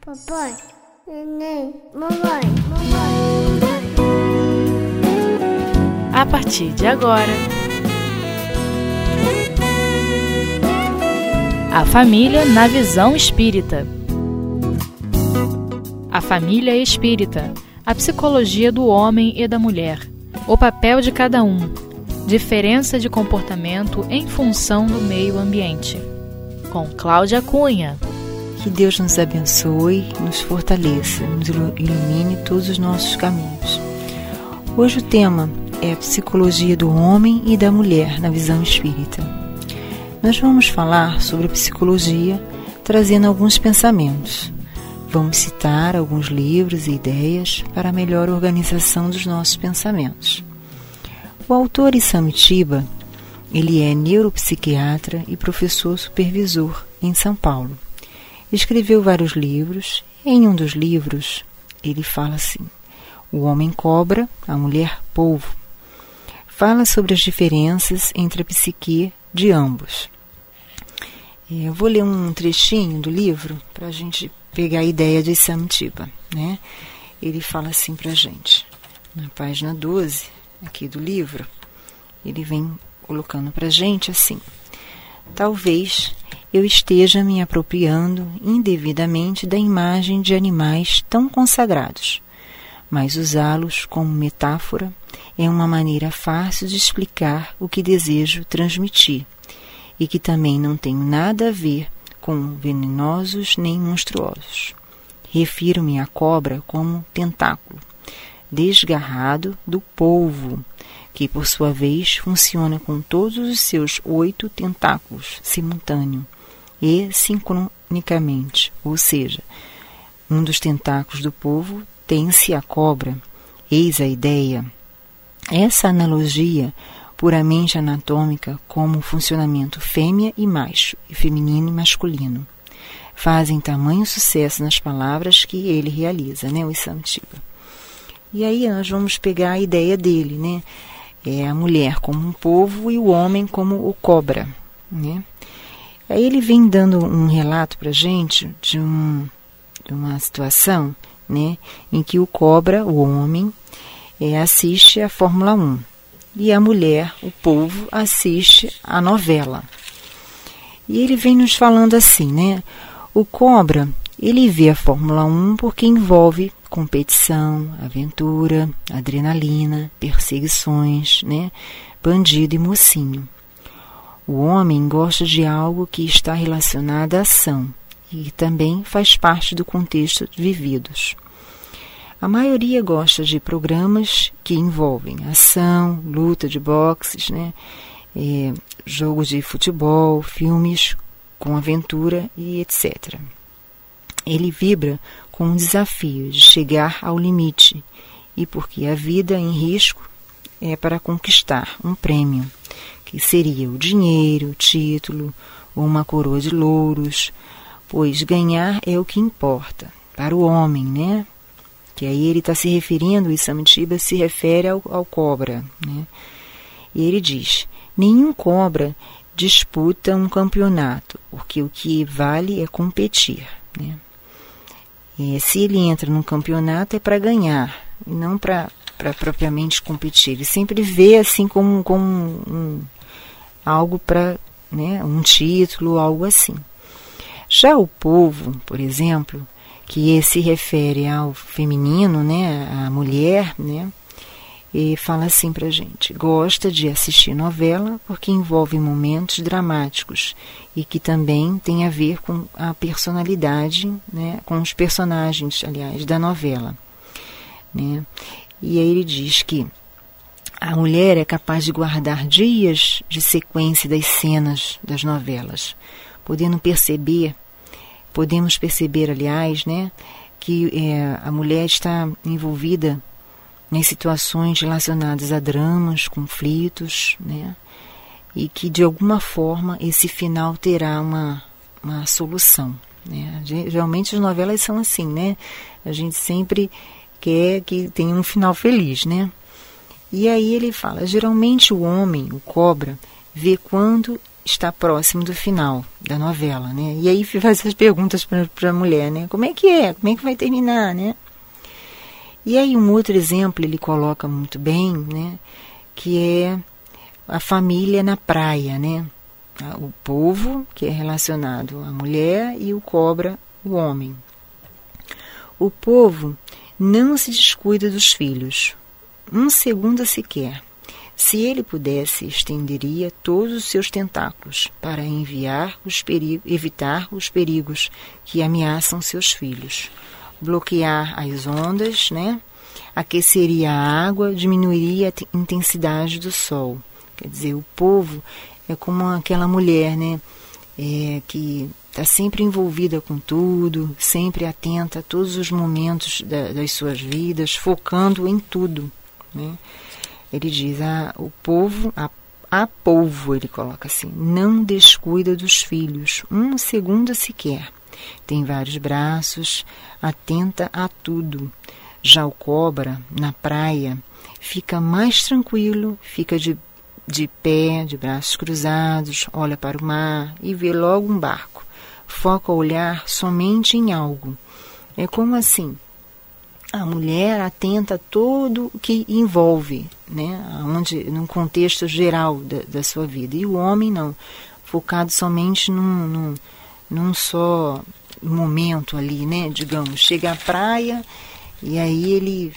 Papai, neném, mamãe. A partir de agora, a família na visão espírita. A família espírita, a psicologia do homem e da mulher, o papel de cada um, diferença de comportamento em função do meio ambiente. Com Cláudia Cunha. Que Deus nos abençoe, nos fortaleça, nos ilumine todos os nossos caminhos. Hoje o tema é a psicologia do homem e da mulher na visão espírita. Nós vamos falar sobre a psicologia, trazendo alguns pensamentos. Vamos citar alguns livros e ideias para a melhor organização dos nossos pensamentos. O autor Isam Tiba, ele é neuropsiquiatra e professor supervisor em São Paulo. Escreveu vários livros. Em um dos livros, ele fala assim: o homem cobra, a mulher polvo. Fala sobre as diferenças entre a psique de ambos. Eu vou ler um trechinho do livro para a gente pegar a ideia de Isam Tiba, né? Ele fala assim para a gente, na página 12 aqui do livro, ele vem colocando para a gente assim: talvez eu esteja me apropriando indevidamente da imagem de animais tão consagrados, mas usá-los como metáfora é uma maneira fácil de explicar o que desejo transmitir, e que também não tem nada a ver com venenosos nem monstruosos. Refiro-me à cobra como tentáculo, desgarrado do polvo, que por sua vez funciona com todos os seus 8 tentáculos simultâneo e sincronicamente, ou seja, um dos tentáculos do polvo tem-se a cobra. Eis a ideia. Essa analogia puramente anatômica, como o funcionamento fêmea e macho, e feminino e masculino, fazem tamanho sucesso nas palavras que ele realiza, né, o Isam Tiba. E aí nós vamos pegar a ideia dele, né? É a mulher como um polvo e o homem como o cobra, né? Aí ele vem dando um relato para a gente de uma situação, né, em que o cobra, o homem, assiste a Fórmula 1 e a mulher, o polvo, assiste a novela. E ele vem nos falando assim, né? O cobra, ele vê a Fórmula 1 porque envolve competição, aventura, adrenalina, perseguições, né? Bandido e mocinho. O homem gosta de algo que está relacionado à ação e também faz parte do contexto vividos. A maioria gosta de programas que envolvem ação, luta de boxes, né? Jogos de futebol, filmes com aventura e etc. Ele vibra com o desafio de chegar ao limite e porque a vida em risco é para conquistar um prêmio, que seria o dinheiro, o título ou uma coroa de louros, pois ganhar é o que importa para o homem, né? Que aí ele está se referindo, o Isam Tiba se refere ao cobra, né? E ele diz: nenhum cobra disputa um campeonato, porque o que vale é competir, né? E se ele entra num campeonato é para ganhar, e não para propriamente competir. Ele sempre vê assim como algo para, né, um título, algo assim. Já o polvo, por exemplo, que se refere ao feminino, né, à mulher, né, e fala assim pra gente: gosta de assistir novela porque envolve momentos dramáticos e que também tem a ver com a personalidade, né, com os personagens, aliás, da novela, né. E aí ele diz que a mulher é capaz de guardar dias de sequência das cenas das novelas, podemos perceber, aliás, né, que a mulher está envolvida em situações relacionadas a dramas, conflitos, né, e que de alguma forma esse final terá uma solução, né. Geralmente as novelas são assim, né, a gente sempre quer que tenha um final feliz, né. E aí ele fala: geralmente o homem, o cobra, vê quando está próximo do final da novela, né? E aí faz essas perguntas para a mulher, né? Como é que é? Como é que vai terminar, né? E aí um outro exemplo ele coloca muito bem, né? Que é a família na praia, né? O povo, que é relacionado à mulher, e o cobra, o homem. O povo não se descuida dos filhos, um segundo sequer. Se ele pudesse, estenderia todos os seus tentáculos para evitar os perigos que ameaçam seus filhos. Bloquear as ondas, né? Aqueceria a água, diminuiria a intensidade do sol. Quer dizer, o povo é como aquela mulher, né? Que está sempre envolvida com tudo, sempre atenta a todos os momentos das suas vidas, focando em tudo, né? Ele diz, o povo, a povo, ele coloca assim, não descuida dos filhos, um segundo sequer. Tem vários braços, atenta a tudo. Já o cobra, na praia, fica mais tranquilo, fica de pé, de braços cruzados, olha para o mar e vê logo um barco. Foca o olhar somente em algo. É como assim, a mulher atenta a tudo o que envolve, né? Num contexto geral da sua vida. E o homem não, focado somente num só momento ali, né? Digamos, chega à praia e aí ele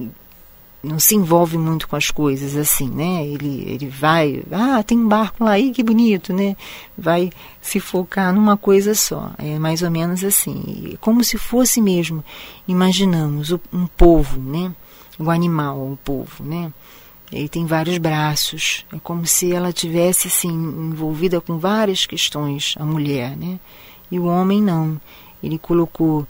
não se envolve muito com as coisas assim, né? Ele vai, tem um barco lá, aí que bonito, né? Vai se focar numa coisa só. É mais ou menos assim, como se fosse mesmo, imaginamos um povo, né? O animal, o povo, né? Ele tem vários braços, é como se ela tivesse assim envolvida com várias questões, a mulher, né? E o homem não. Ele colocou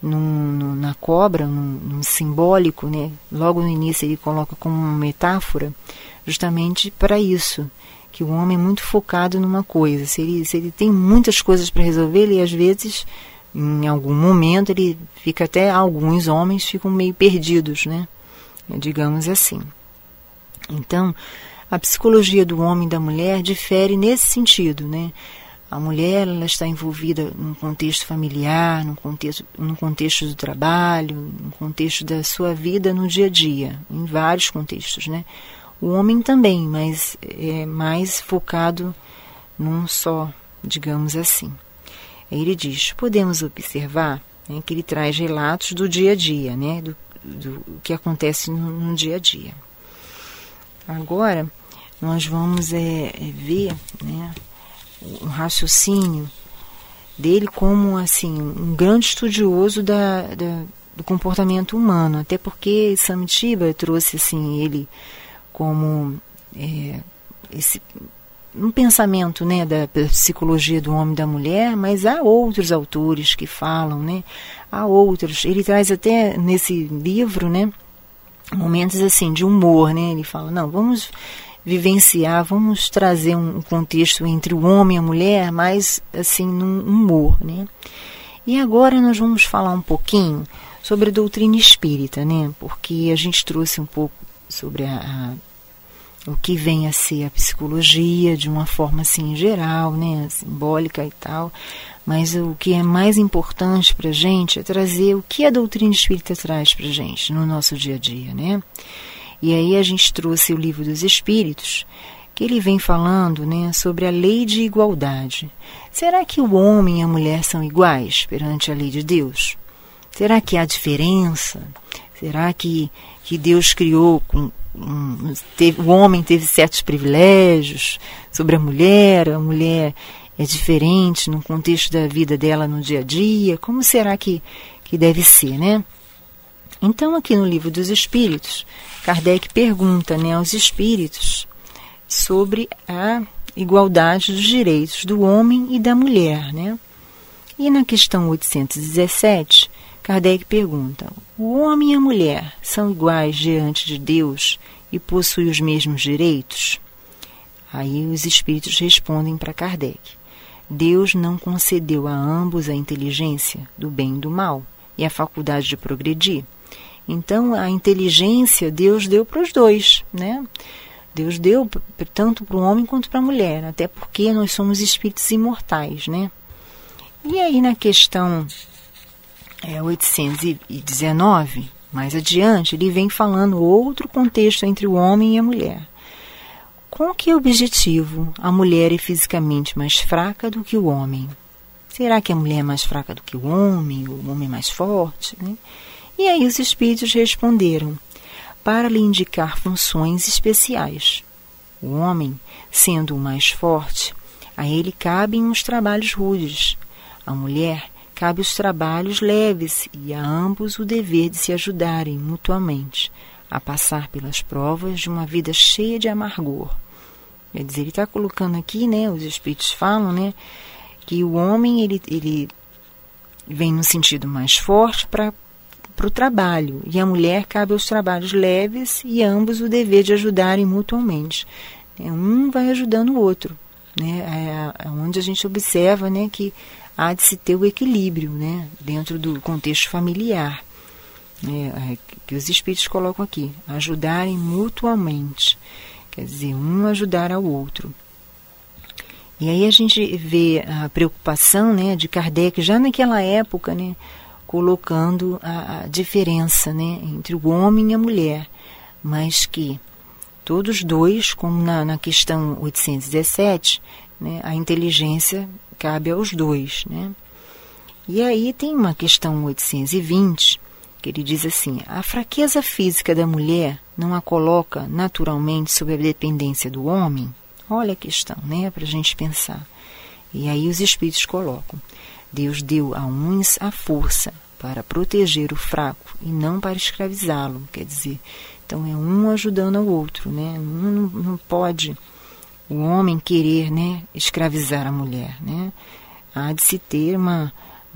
na cobra, num simbólico, né? Logo no início ele coloca como uma metáfora, justamente para isso, que o homem é muito focado numa coisa. Se ele tem muitas coisas para resolver, ele às vezes, em algum momento, ele fica até, alguns homens ficam meio perdidos, né? Digamos assim. Então, a psicologia do homem e da mulher difere nesse sentido, né? A mulher, ela está envolvida num contexto familiar, num contexto do trabalho, num contexto da sua vida no dia a dia, em vários contextos, né? O homem também, mas é mais focado num só, digamos assim. Aí ele diz, podemos observar, né, que ele traz relatos do dia a dia, né? Do que acontece no dia a dia. Agora, nós vamos ver, né, um raciocínio dele como assim um grande estudioso do comportamento humano, até porque Samitiba trouxe assim ele como um pensamento, né, da psicologia do homem e da mulher, mas há outros autores que falam, né, há outros, ele traz até nesse livro, né, momentos assim de humor, né, ele fala, não, vamos vivenciar, vamos trazer um contexto entre o homem e a mulher, mas assim, num humor, né? E agora nós vamos falar um pouquinho sobre a doutrina espírita, né? Porque a gente trouxe um pouco sobre o que vem a ser a psicologia, de uma forma assim geral, né? Simbólica e tal, mas o que é mais importante para a gente é trazer o que a doutrina espírita traz para a gente no nosso dia a dia, né? E aí a gente trouxe o Livro dos Espíritos, que ele vem falando, né, sobre a lei de igualdade. Será que o homem e a mulher são iguais perante a lei de Deus? Será que há diferença? Será que Deus criou, o homem teve certos privilégios sobre a mulher é diferente no contexto da vida dela no dia a dia? Como será que deve ser, né? Então, aqui no Livro dos Espíritos, Kardec pergunta, né, aos espíritos sobre a igualdade dos direitos do homem e da mulher, né? E na questão 817, Kardec pergunta, o homem e a mulher são iguais diante de Deus e possuem os mesmos direitos? Aí os espíritos respondem para Kardec, Deus não concedeu a ambos a inteligência do bem e do mal e a faculdade de progredir. Então, a inteligência Deus deu para os dois, né? Deus deu tanto para o homem quanto para a mulher, até porque nós somos espíritos imortais, né? E aí na questão 819, mais adiante, ele vem falando outro contexto entre o homem e a mulher. Com que objetivo a mulher é fisicamente mais fraca do que o homem? Será que a mulher é mais fraca do que o homem é mais forte, né? E aí os espíritos responderam: para lhe indicar funções especiais. O homem, sendo o mais forte, a ele cabem os trabalhos rudes. A mulher cabe os trabalhos leves e a ambos o dever de se ajudarem mutuamente a passar pelas provas de uma vida cheia de amargor. Quer dizer, ele está colocando aqui, né, os espíritos falam, né, que o homem ele vem no sentido mais forte para o trabalho, e a mulher cabe aos trabalhos leves e ambos o dever de ajudarem mutuamente. Um vai ajudando o outro, né, é onde a gente observa, né, que há de se ter o equilíbrio, né, dentro do contexto familiar, né, que os espíritos colocam aqui, ajudarem mutuamente, quer dizer, um ajudar ao outro. E aí a gente vê a preocupação, né, de Kardec já naquela época, né, colocando a diferença, né, entre o homem e a mulher, mas que todos dois, como na questão 817, né, a inteligência cabe aos dois, né? E aí tem uma questão 820, que ele diz assim: a fraqueza física da mulher não a coloca naturalmente sob a dependência do homem? Olha a questão, né, para a gente pensar. E aí os espíritos colocam: Deus deu a uns a força para proteger o fraco e não para escravizá-lo. Quer dizer, então é um ajudando ao outro, né? Não pode o homem querer, né, escravizar a mulher, né? Há de se ter uma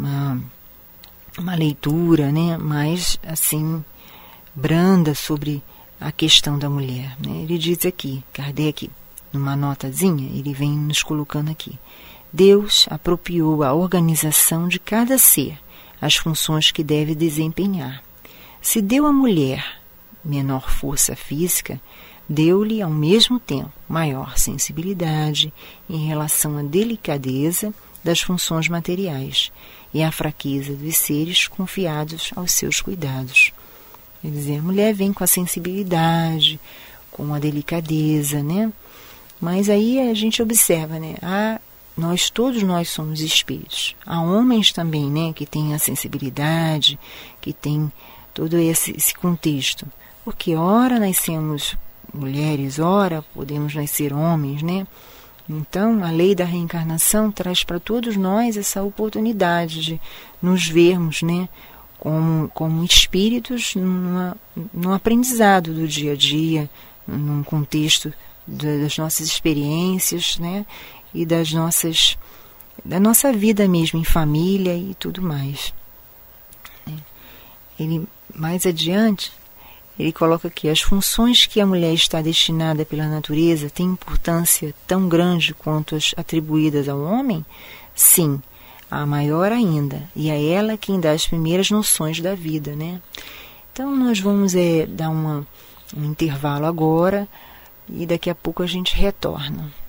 leitura, né, mais assim branda sobre a questão da mulher, né? Ele diz aqui, Kardec, numa notazinha, ele vem nos colocando aqui: Deus apropriou a organização de cada ser as funções que deve desempenhar. Se deu à mulher menor força física, deu-lhe ao mesmo tempo maior sensibilidade em relação à delicadeza das funções materiais e à fraqueza dos seres confiados aos seus cuidados. Quer dizer, a mulher vem com a sensibilidade, com a delicadeza, né? Mas aí a gente observa, né? Todos nós somos espíritos. Há homens também, né, que têm a sensibilidade, que têm todo esse contexto. Porque ora nascemos mulheres, ora podemos nascer homens, né? Então, a lei da reencarnação traz para todos nós essa oportunidade de nos vermos, né, como espíritos no aprendizado do dia a dia, num contexto das nossas experiências, né, e da nossa vida mesmo em família e tudo mais. Ele, mais adiante, ele coloca aqui: as funções que a mulher está destinada pela natureza têm importância tão grande quanto as atribuídas ao homem? Sim, a maior ainda, e a ela quem dá as primeiras noções da vida, né? Então nós vamos dar um intervalo agora e daqui a pouco a gente retorna.